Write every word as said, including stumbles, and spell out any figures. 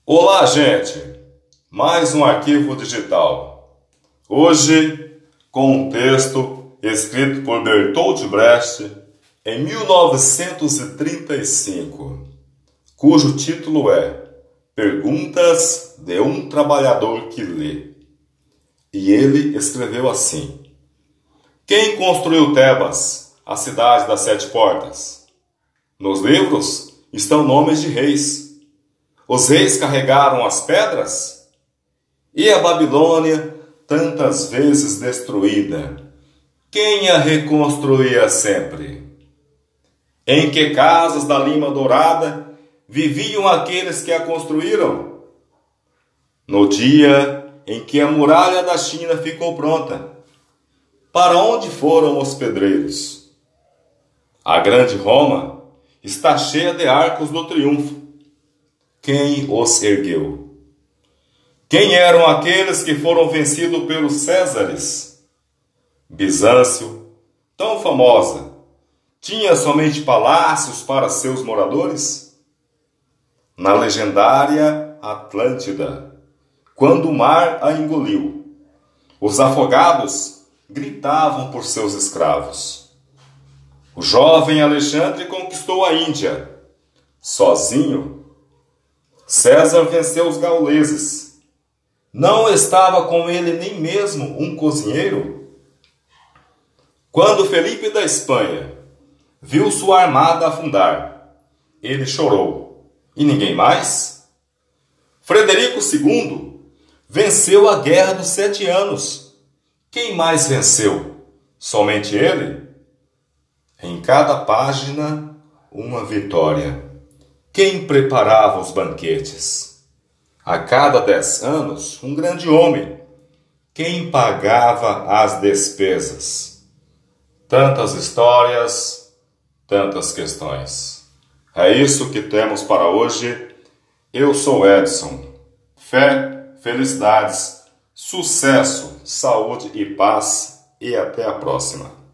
Olá, gente! Mais um arquivo digital. Hoje, com um texto escrito por Bertolt Brecht em mil novecentos e trinta e cinco, cujo título é Perguntas de um Trabalhador que Lê. E ele escreveu assim: Quem construiu Tebas, a cidade das sete portas? Nos livros estão nomes de reis. Os reis carregaram as pedras? E a Babilônia, tantas vezes destruída, quem a reconstruía sempre? Em que casas da lima dourada viviam aqueles que a construíram? No dia em que a muralha da China ficou pronta, para onde foram os pedreiros? A grande Roma está cheia de arcos do triunfo. Quem os ergueu? Quem eram aqueles que foram vencidos pelos Césares? Bizâncio, tão famosa, tinha somente palácios para seus moradores? Na legendária Atlântida, quando o mar a engoliu, os afogados gritavam por seus escravos. O jovem Alexandre conquistou a Índia, sozinho. César venceu os gauleses. Não estava com ele nem mesmo um cozinheiro? Quando Felipe da Espanha viu sua armada afundar, ele chorou. E ninguém mais? Frederico segundo venceu a Guerra dos Sete Anos. Quem mais venceu? Somente ele? Em cada página, uma vitória. Quem preparava os banquetes? A cada dez anos, um grande homem. Quem pagava as despesas? Tantas histórias, tantas questões. É isso que temos para hoje. Eu sou Edson. Fé, felicidades, sucesso, saúde e paz. E até a próxima.